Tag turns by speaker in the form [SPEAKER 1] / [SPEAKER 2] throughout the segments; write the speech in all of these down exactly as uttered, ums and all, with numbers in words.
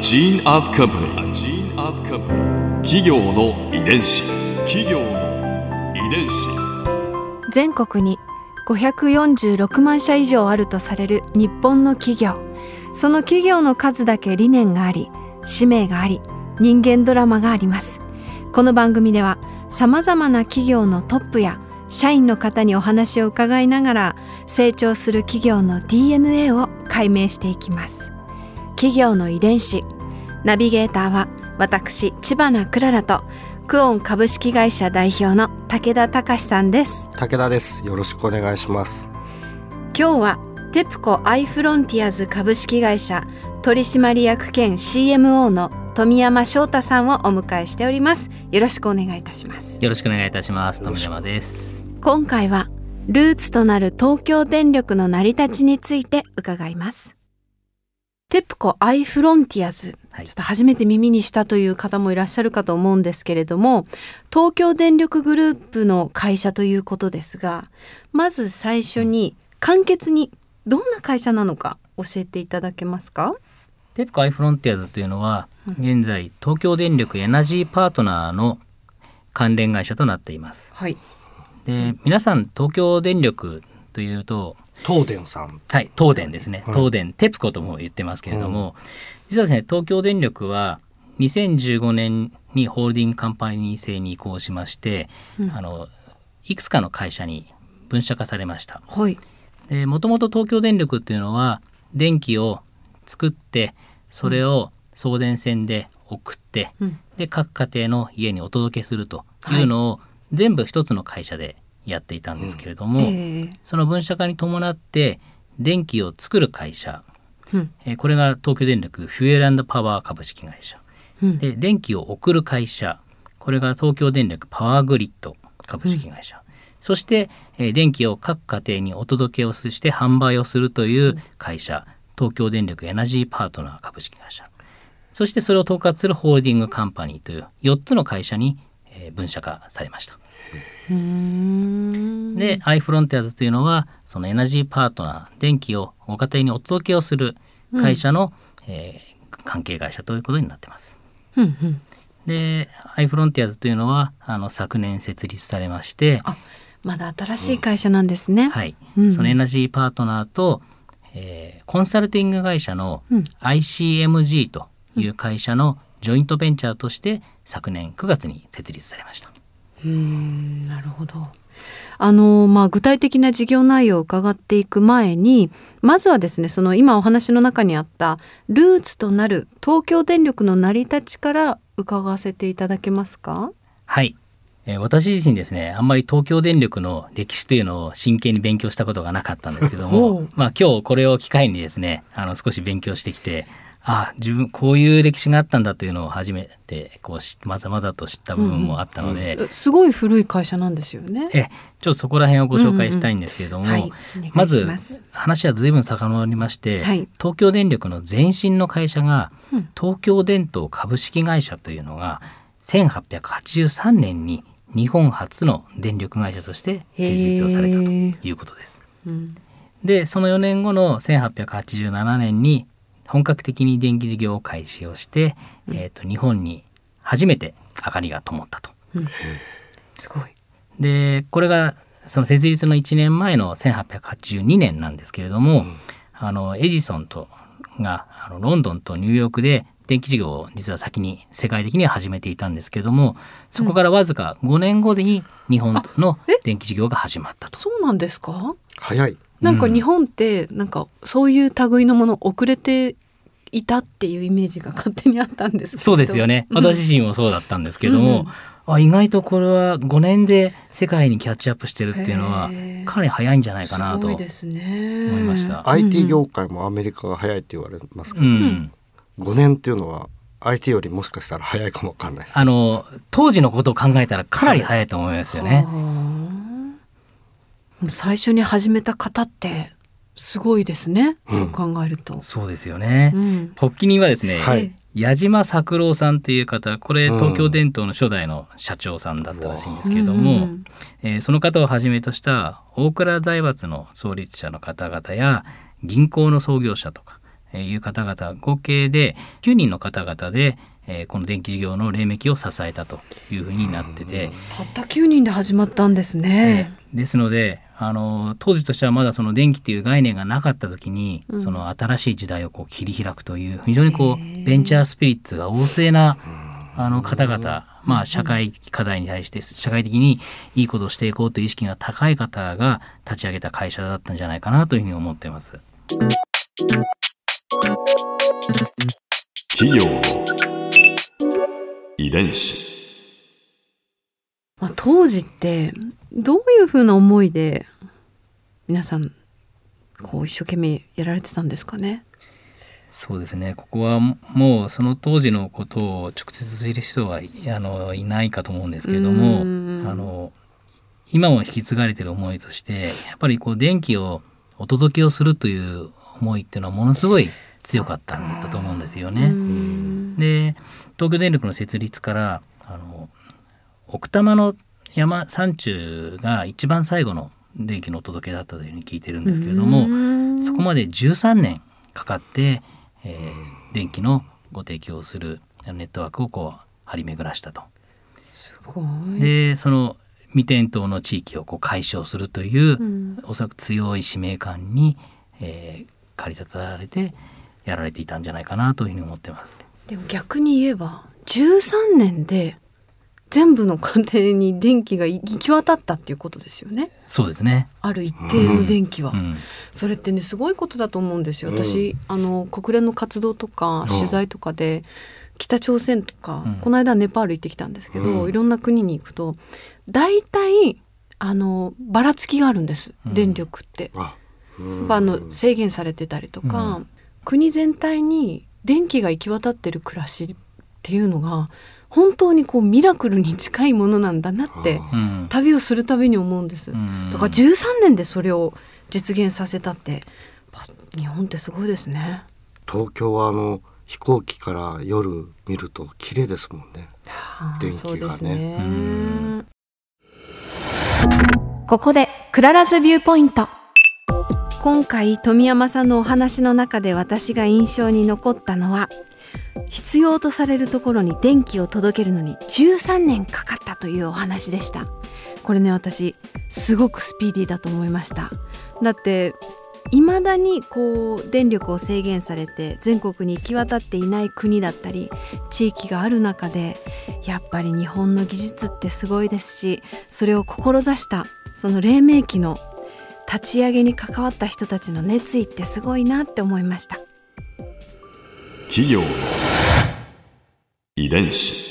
[SPEAKER 1] gene of company. A gene of company. 企業の遺伝子。企業の遺伝子。
[SPEAKER 2] 全国にごひゃくよんじゅうろくまんしゃ以上あるとされる日本の企業。その企業の数だけ理念があり、使命があり、人間ドラマがあります。この番組ではさまざまな企業のトップや社員の方にお話を伺いながら、成長する企業の ディーエヌエー を解明していきます。企業の遺伝子。ナビゲーターは私、知花くららとクオン株式会社代表の武田隆さんです。
[SPEAKER 3] 武田です。よろしくお願いします。
[SPEAKER 2] 今日はテプコアイフロンティアズ株式会社取締役兼 シーエムオー の富山翔太さんをお迎えしております。よろしくお願いいたします。
[SPEAKER 4] よろしくお願いいたします。富山です。
[SPEAKER 2] 今回はルーツとなる東京電力の成り立ちについて伺います。テプコアイフロンティアズ、はい、ちょっと初めて耳にしたという方もいらっしゃるかと思うんですけれども、東京電力グループの会社ということですが、まず最初に簡潔にどんな会社なのか教えていただけますか？
[SPEAKER 4] テプコアイフロンティアズというのは、現在東京電力エナジーパートナーの関連会社となっています。
[SPEAKER 2] はい。
[SPEAKER 4] で、皆さん東京電力というと
[SPEAKER 3] 東電さん、
[SPEAKER 4] はい、東電ですね、
[SPEAKER 3] はい、
[SPEAKER 4] 東電テプコとも言ってますけれども、うん、実はですね、東京電力はにせんじゅうごねんにホールディングカンパニー制に移行しまして、うん、あのいくつかの会社に分社化されました。
[SPEAKER 2] はい。
[SPEAKER 4] で、もともと東京電力っていうのは電気を作ってそれを送電線で送って、うん、で各家庭の家にお届けするというのを全部一つの会社でやっていたんですけれども、うんえー、その分社化に伴って電気を作る会社、うんえー、これが東京電力フュエル&パワー株式会社、うん、で電気を送る会社、これが東京電力パワーグリッド株式会社、うん、そして、えー、電気を各家庭にお届けをして販売をするという会社、東京電力エナジーパートナー株式会社、そしてそれを統括するホールディングカンパニーというよっつの会社に、えー、分社化されました。
[SPEAKER 2] うーん
[SPEAKER 4] で、アイフロンティアズというのはそのエナジーパートナー、電気をご家庭にお届けをする会社の、うんえー、関係会社ということになっています。
[SPEAKER 2] うんうん、
[SPEAKER 4] で、アイフロンティアズというのはあの昨年設立されまして、
[SPEAKER 2] あ、まだ新しい会社なんですね。うん、
[SPEAKER 4] はい、
[SPEAKER 2] うん、
[SPEAKER 4] そのエナジーパートナーと、えー、コンサルティング会社の アイシーエムジー という会社のジョイントベンチャーとして昨年くがつに設立されました。
[SPEAKER 2] うーん、なるほど。あの、まあ、具体的な事業内容を伺っていく前に、まずはですね、その今お話の中にあったルーツとなる東京電力の成り立ちから伺わせていただけますか？
[SPEAKER 4] はい、えー、私自身ですね、あんまり東京電力の歴史というのを真剣に勉強したことがなかったんですけどもまあ今日これを機会にですね、あの少し勉強してきて、ああ、自分こういう歴史があったんだというのを初めてこうまざまざと知った部分もあったので、
[SPEAKER 2] うんうん、すごい古い会社なんですよね。
[SPEAKER 4] えちょっとそこら辺をご紹介したいんですけれども、うんうんはい、まず話は随分遡りまして、はい、東京電力の前身の会社が、うん、東京電灯株式会社というのがせんはっぴゃくはちじゅうさんねんに日本初の電力会社として設立をされたということです。うん、で、そのよねんごのせんはっぴゃくはちじゅうななねんに本格的に電気事業を開始をして、うん、えーと、日本に初めて明かりが灯ったと、
[SPEAKER 2] うん、すごい。
[SPEAKER 4] で、これがその設立のいちねんまえのせんはっぴゃくはちじゅうにねんなんですけれども、うん、あのエジソンとがあのロンドンとニューヨークで電気事業を実は先に世界的には始めていたんですけれども、そこからわずかごねんごに日本の電気事業が始まったと。
[SPEAKER 2] そうなんですか？
[SPEAKER 3] 早い。
[SPEAKER 2] なんか日本ってなんかそういう類のもの遅れていたっていうイメージが勝手にあったんですけど。
[SPEAKER 4] そうですよね。私自身もそうだったんですけども、うん、あ、意外とこれはごねんで世界にキャッチアップしてるっていうのはかなり早いんじゃないかなと思いました。
[SPEAKER 2] すごいですね。
[SPEAKER 3] アイティー 業界もアメリカが早いって言われますけど、うん、ごねんっていうのは アイティー よりもしかしたら早いかもわかんないです。
[SPEAKER 4] あの当時のことを考えたらかなり早いと思いますよね。
[SPEAKER 2] 最初に始めた方ってすごいですね、うん、そう考えると。
[SPEAKER 4] そうですよね、うん、発起人はですね、
[SPEAKER 3] はい、
[SPEAKER 4] 矢島作郎さんという方、これ東京電灯の初代の社長さんだったらしいんですけれども、うんえー、その方をはじめとした大蔵財閥の創立者の方々や銀行の創業者とか、 いう方々合計できゅうにんの方々で、えー、この電気事業の黎明期を支えたというふうになってて、
[SPEAKER 2] たったきゅうにんで始まったんですね。
[SPEAKER 4] えー、ですのであの当時としてはまだその電気という概念がなかった時に、うん、その新しい時代をこう切り開くという非常にこうベンチャースピリッツが旺盛なあの方々、まあ、社会課題に対して社会的にいいことをしていこうという意識が高い方が立ち上げた会社だったんじゃないかなというふうに思っています。
[SPEAKER 1] 企業の遺伝子。
[SPEAKER 2] まあ、当時ってどういうふうな思いで皆さんこう一生懸命やられてたんですかね。
[SPEAKER 4] そうですね、ここはもうその当時のことを直接知る人は い, あのいないかと思うんですけれども、あの今も引き継がれている思いとしてやっぱりこう電気をお届けをするという思いっていうのはものすごい強かったんだと思うんですよね。で東京電力の設立からあの奥多摩の山山中が一番最後の電気のお届けだったというふうに聞いてるんですけれども、そこまでじゅうさんねんかかって、えー、電気のご提供するネットワークをこう張り巡らしたと。
[SPEAKER 2] すごい。
[SPEAKER 4] でその未点灯の地域をこう解消するという、うん、おそらく強い使命感に、えー、駆り立てられてやられていたんじゃないかなというふうに思ってます。
[SPEAKER 2] でも逆に言えばじゅうさんねんで全部の家庭に電気が行き渡ったっていうことですよね。
[SPEAKER 4] そうですね。
[SPEAKER 2] ある一定の電気は、
[SPEAKER 4] うんうん、
[SPEAKER 2] それってねすごいことだと思うんですよ。私、うん、あの国連の活動とか取材とかで、うん、北朝鮮とか、うん、この間ネパール行ってきたんですけど、うん、いろんな国に行くと大体あのばらつきがあるんです、うん、電力って、うん、あの制限されてたりとか、うん、国全体に電気が行き渡ってる暮らしっていうのが本当にこうミラクルに近いものなんだなって、うん、旅をするたびに思うんです、うん、だからじゅうさんねんでそれを実現させたって日本ってすごいですね。
[SPEAKER 3] 東京はあの飛行機から夜見ると綺麗ですもんね、はあ、電気がね。そうですね。うん、
[SPEAKER 2] ここでクララズビューポイント。今回富山さんのお話の中で私が印象に残ったのは必要とされるところに電気を届けるのにじゅうさんねんかかったというお話でした。これね私すごくスピーディーだと思いました。だって未だにこう電力を制限されて全国に行き渡っていない国だったり地域がある中でやっぱり日本の技術ってすごいですし、それを志したその黎明期の立ち上げに関わった人たちの熱意ってすごいなって思いました。
[SPEAKER 1] 企業の遺伝子。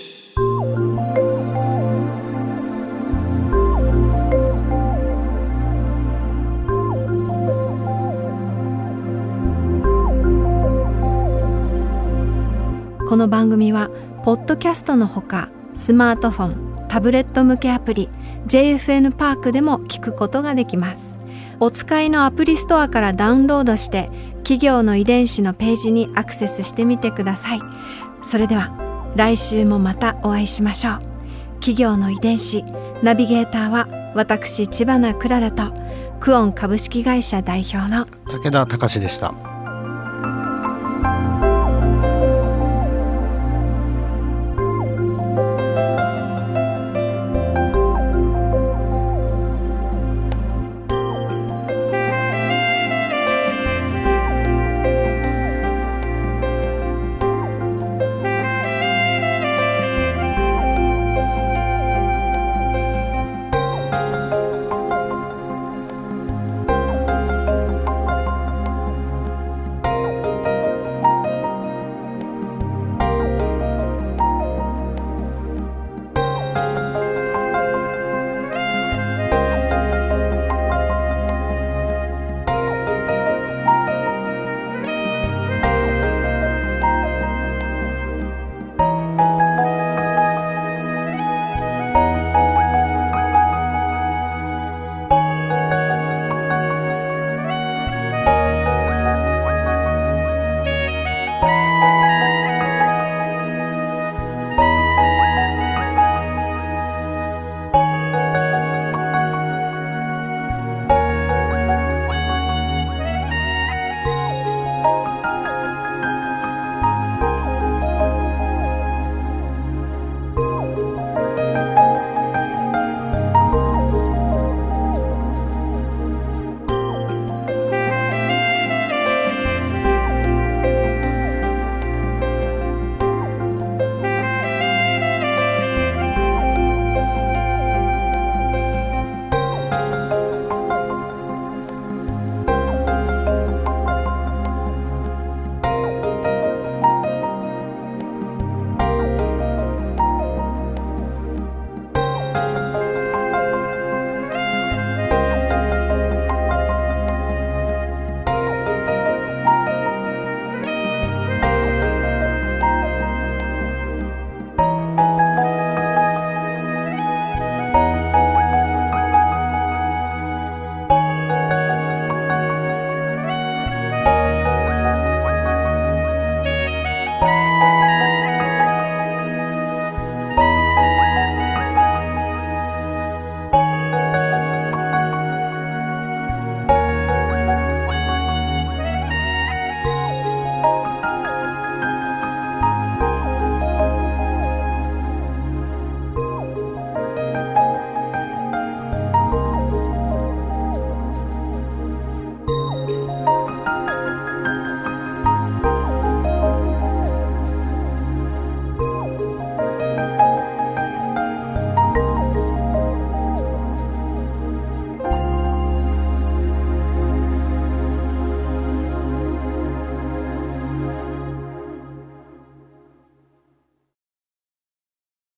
[SPEAKER 2] この番組はポッドキャストのほかスマートフォン、タブレット向けアプリ ジェイエフエヌ パークでも聞くことができます。お使いのアプリストアからダウンロードして企業の遺伝子のページにアクセスしてみてください。それでは来週もまたお会いしましょう。企業の遺伝子ナビゲーターは私知花くららとクオン株式会社代表の
[SPEAKER 3] 武田隆でした。